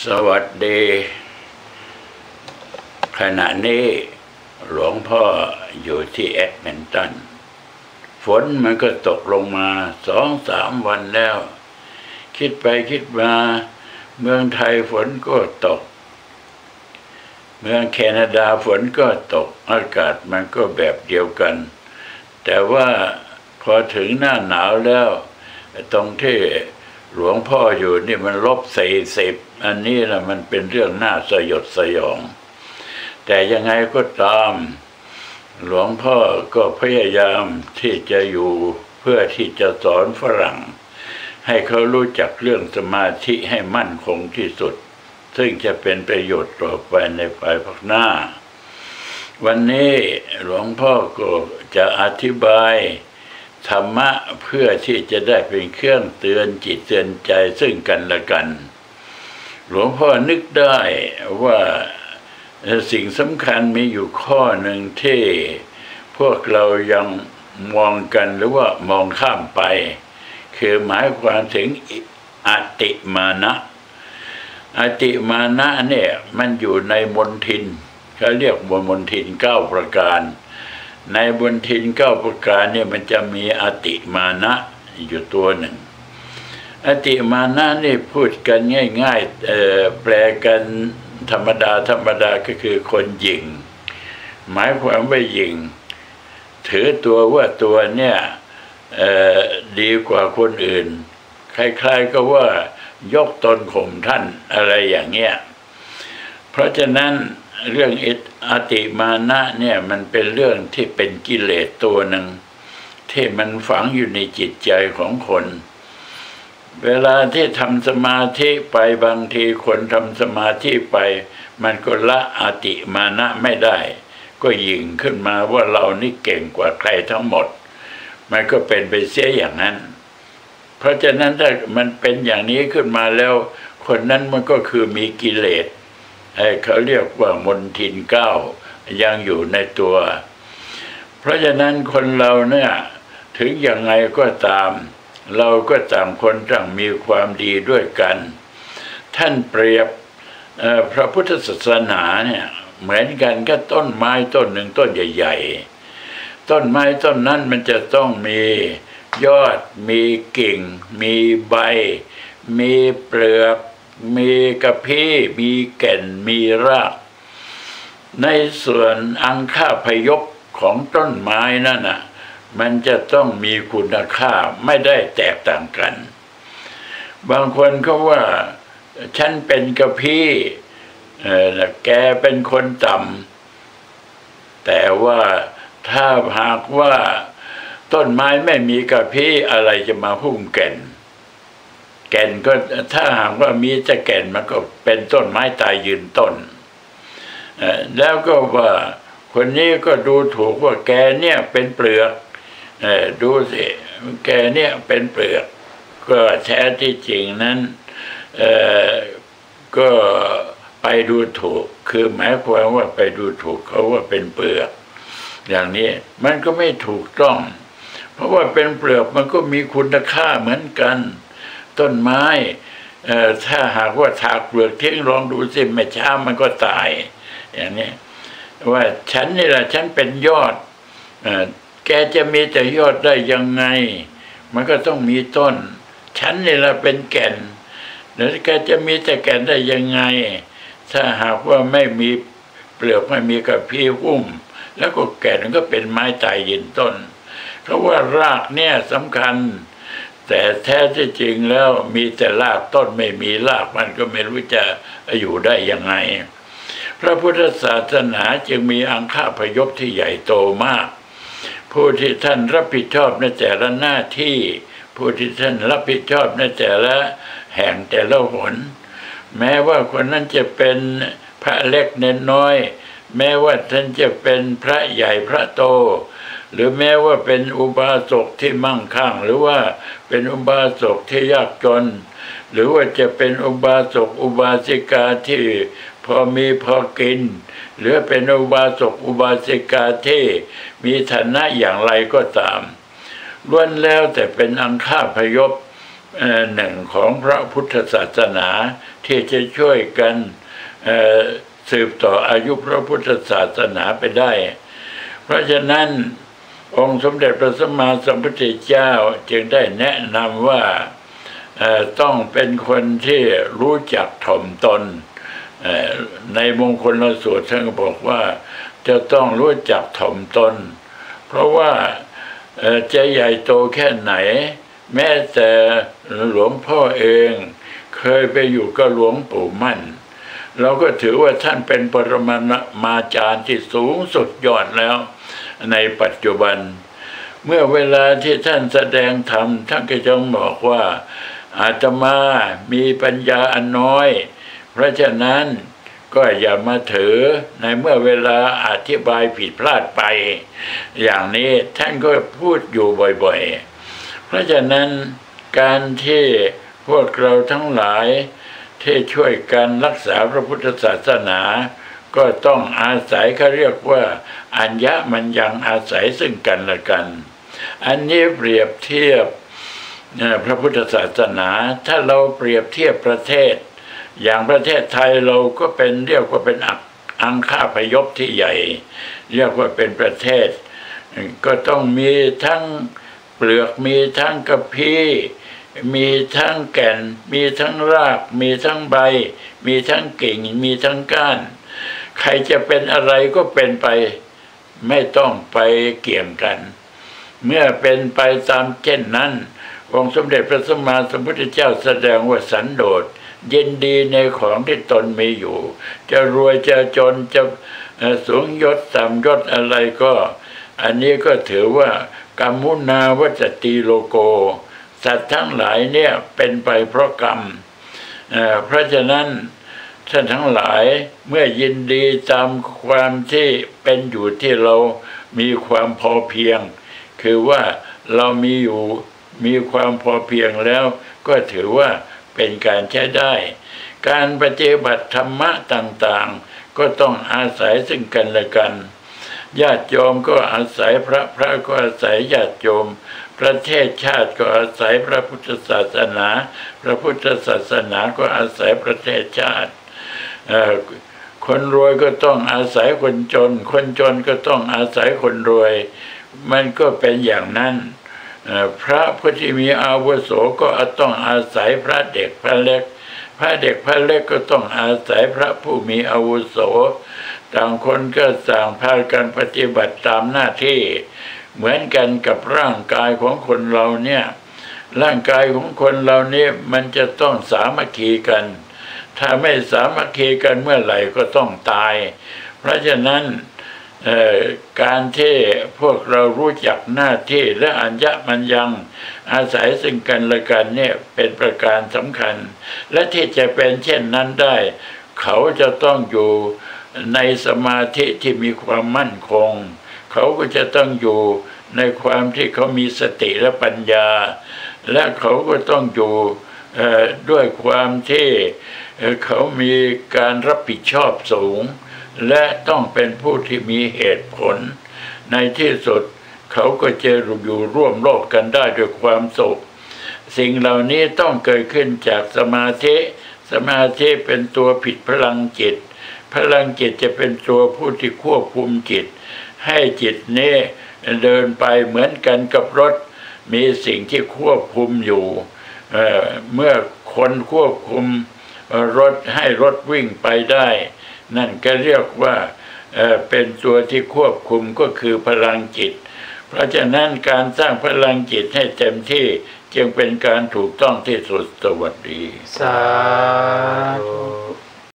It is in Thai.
สวัสดีขณะนี้หลวงพ่ออยู่ที่แอดมินตันฝนมันก็ตกลงมา2-3 วันแล้วคิดไปคิดมาเมืองไทยฝนก็ตกเมืองแคนาดาฝนก็ตกอากาศมันก็แบบเดียวกันแต่ว่าพอถึงหน้าหนาวแล้วตรงที่หลวงพ่ออยู่นี่มัน-40อันนี้นะมันเป็นเรื่องน่าสยดสยองแต่ยังไงก็ตามหลวงพ่อก็พยายามที่จะอยู่เพื่อที่จะสอนฝรั่งให้เขารู้จักเรื่องสมาธิให้มั่นคงที่สุดซึ่งจะเป็นประโยชน์ต่อไปในภายภาคหน้าวันนี้หลวงพ่อก็จะอธิบายธรรมะเพื่อที่จะได้เป็นเครื่องเตือนจิตเตือนใจซึ่งกันและกันหลวงพ่อนึกได้ว่าสิ่งสำคัญมีอยู่ข้อหนึ่งที่พวกเรายังมองกันหรือว่ามองข้ามไปคือหมายความถึงอติมานะอติมานะเนี่ยมันอยู่ในมนทินเขาเรียกว่ามนทิน9ประการในมนทิน9ประการเนี่ยมันจะมีอติมานะอยู่ตัวหนึ่งอติมานะนี่พูดกันง่ายๆแปลกันธรรมดาก็คือคนหยิ่งหมายความว่าหยิ่งถือตัวว่าตัวเนี่ยดีกว่าคนอื่นคล้ายๆก็ว่ายกตนข่มท่านอะไรอย่างเงี้ยเพราะฉะนั้นเรื่องอติมานะเนี่ยมันเป็นเรื่องที่เป็นกิเลสตัวหนึ่งที่มันฝังอยู่ในจิตใจของคนเวลาที่ทำสมาธิไปบางทีคนทำสมาธิไปมันก็ละอติมานะไม่ได้ก็ยิ่งขึ้นมาว่าเรานี่เก่งกว่าใครทั้งหมดมันก็เป็นไปเสียอย่างนั้นเพราะฉะนั้นถ้ามันเป็นอย่างนี้ขึ้นมาแล้วคนนั้นมันก็คือมีกิเลสเขาเรียกว่ามนทิน9ยังอยู่ในตัวเพราะฉะนั้นคนเราเนี่ยถึงอย่างไงก็ตามเราก็ต่างคนต่างมีความดีด้วยกันท่านเปรียบพระพุทธศาสนาเนี่ยเหมือนกันกับต้นไม้ต้นหนึ่งต้นใหญ่ๆต้นไม้ต้นนั้นมันจะต้องมียอดมีกิ่งมีใบมีเปลือกมีกระพี้มีแก่นมีรากในส่วนอังคาพยพของต้นไม้นั่นน่ะมันจะต้องมีคุณค่าไม่ได้แตกต่างกันบางคนเขาว่าฉันเป็นกระพี้แกเป็นคนต่ำแต่ว่าถ้าหากว่าต้นไม้ไม่มีกระพี้อะไรจะมาหุ้มแก่นก็ถ้าหากว่ามีแต่แก่นมันก็เป็นต้นไม้ตายยืนต้นแล้วก็ว่าคนนี้ก็ดูถูกว่าแกเนี่ยเป็นเปลือกดูสิแกเนี่ยเป็นเปลือกก็แท้ที่จริงนั้นก็ไปดูถูกคือหมายความว่าไปดูถูกเขาว่าเป็นเปลือกอย่างนี้มันก็ไม่ถูกต้องเพราะว่าเป็นเปลือกมันก็มีคุณค่าเหมือนกันต้นไม้ถ้าหากว่าถากเปลือกทิ้งลองดูสิไม่ช้ามันก็ตายอย่างนี้ว่าฉันนี่แหละฉันเป็นยอดแกจะมีแต่ยอดได้ยังไงมันก็ต้องมีต้นฉันนี่แหละเป็นแก่นแล้วแกจะมีแต่แก่นได้ยังไงถ้าหากว่าไม่มีเปลือกไม่มีกระพี้หุ้มแล้วก็แก่นก็เป็นไม้ตายยืนต้นเพราะว่ารากเนี่ยสำคัญแต่แท้ที่จริงแล้วมีแต่รากต้นไม่มีรากมันก็ไม่รู้จะอยู่ได้ยังไงพระพุทธศาสนาจึงมีอังคาพยพที่ใหญ่โตมากผู้ที่ท่านรับผิดชอบในแต่ละหน้าที่ผู้ที่ท่านรับผิดชอบในแต่ละแห่งแต่ละหนแม้ว่าคนนั้นจะเป็นพระเล็กเนนน้อยแม้ว่าท่านจะเป็นพระใหญ่พระโตหรือแม้ว่าเป็นอุบาสกที่มั่งคั่งหรือว่าเป็นอุบาสกที่ยากจนหรือว่าจะเป็นอุบาสกอุบาสิกาที่พอมีพอกินหรือเป็นอุบาสกอุบาสิกาที่มีฐานะอย่างไรก็ตามล้วนแล้วแต่เป็นอังคาพยพหนึ่งของพระพุทธศาสนาที่จะช่วยกันสืบต่ออายุพระพุทธศาสนาไปได้เพราะฉะนั้นองค์สมเด็จพระสัมมาสัมพุทธเจ้าจึงได้แนะนำว่าต้องเป็นคนที่รู้จักถ่อมตนในมงคลสูตรท่านก็บอกว่าจะต้องรู้จักถ่อมตนเพราะว่าจะใหญ่โตแค่ไหนแม้แต่หลวงพ่อเองเคยไปอยู่กับหลวงปู่มั่นเราก็ถือว่าท่านเป็นปรมาจารย์ที่สูงสุดยอดแล้วในปัจจุบันเมื่อเวลาที่ท่านแสดงธรรมท่านก็จะบอกว่าอาตมามีปัญญาอันน้อยเพราะฉะนั้นก็อย่ามาถือในเมื่อเวลาอธิบายผิดพลาดไปอย่างนี้ท่านก็พูดอยู่บ่อยๆเพราะฉะนั้นการที่พวกเราทั้งหลายที่ช่วยกันรักษาพระพุทธศาสนาก็ต้องอาศัยเขาเรียกว่าอัญญมัญญังอาศัยซึ่งกันและกันอันนี้เปรียบเทียบพระพุทธศาสนาถ้าเราเปรียบเทียบประเทศอย่างประเทศไทยเราก็เป็นเรียกว่าเป็นอังคาพยพที่ใหญ่เรียกว่าเป็นประเทศก็ต้องมีทั้งเปลือกมีทั้งกระพี้มีทั้งแก่นมีทั้งรากมีทั้งใบมีทั้งกิ่งมีทั้งก้านใครจะเป็นอะไรก็เป็นไปไม่ต้องไปเกี่ยงกันเมื่อเป็นไปตามเช่นนั้นองค์สมเด็จพระสัมมาสัมพุทธเจ้าแสดงว่าสันโดษยินดีในของที่ตนมีอยู่จะรวยจะจนจะสูงยศต่ำยศอะไรก็อันนี้ก็ถือว่ากัมมุนาวัจติโลโกสัตว์ทั้งหลายเนี่ยเป็นไปเพราะกรรมเพราะฉะนั้นท่านทั้งหลายเมื่อยินดีตามความที่เป็นอยู่ที่เรามีความพอเพียงคือว่าเรามีความพอเพียงแล้วก็ถือว่าเป็นการใช้ได้การปฏิบัติธรรมะต่างๆก็ต้องอาศัยซึ่งกันและกันญาติโยมก็อาศัยพระก็อาศัยญาติโยมประเทศชาติก็อาศัยพระพุทธศาสนาพระพุทธศาสนาก็อาศัยประเทศชาติคนรวยก็ต้องอาศัยคนจนคนจนก็ต้องอาศัยคนรวยมันก็เป็นอย่างนั้นพระผู้ที่มีอาวุโสก็ต้องอาศัยพระเด็กพระเล็กพระเด็กพระเล็กก็ต้องอาศัยพระผู้มีอาวุโสต่างคนก็ต่างพากันปฏิบัติตามหน้าที่เหมือนกันกับร่างกายของคนเราเนี่ยร่างกายของคนเราเนี่ยมันจะต้องสามัคคีกันถ้าไม่สามัคคีกันเมื่อไหร่ก็ต้องตายเพราะฉะนั้นการที่พวกเรารู้จักหน้าที่และอัญญมัญญังอาศัยซึ่งกันและกันเนี่ยเป็นประการสำคัญและที่จะเป็นเช่นนั้นได้เขาจะต้องอยู่ในสมาธิที่มีความมั่นคงเขาก็จะต้องอยู่ในความที่เขามีสติและปัญญาและเขาก็ต้องอยู่ด้วยความที่เขามีการรับผิดชอบสูงและต้องเป็นผู้ที่มีเหตุผลในที่สุดเขาก็จะอยู่ร่วมโลกกันได้ด้วยความสุขสิ่งเหล่านี้ต้องเกิดขึ้นจากสมาธิเป็นตัวผิดพลังจิตพลังจิตจะเป็นตัวผู้ที่ควบคุมจิตให้จิตนี้เดินไปเหมือนกันกับรถมีสิ่งที่ควบคุมอยู่เมื่อคนควบคุมรถให้รถวิ่งไปได้นั่นก็เรียกว่าเป็นตัวที่ควบคุมก็คือพลังจิตเพราะฉะนั้นการสร้างพลังจิตให้เต็มที่จึงเป็นการถูกต้องที่สุดสวัสดีสาธุ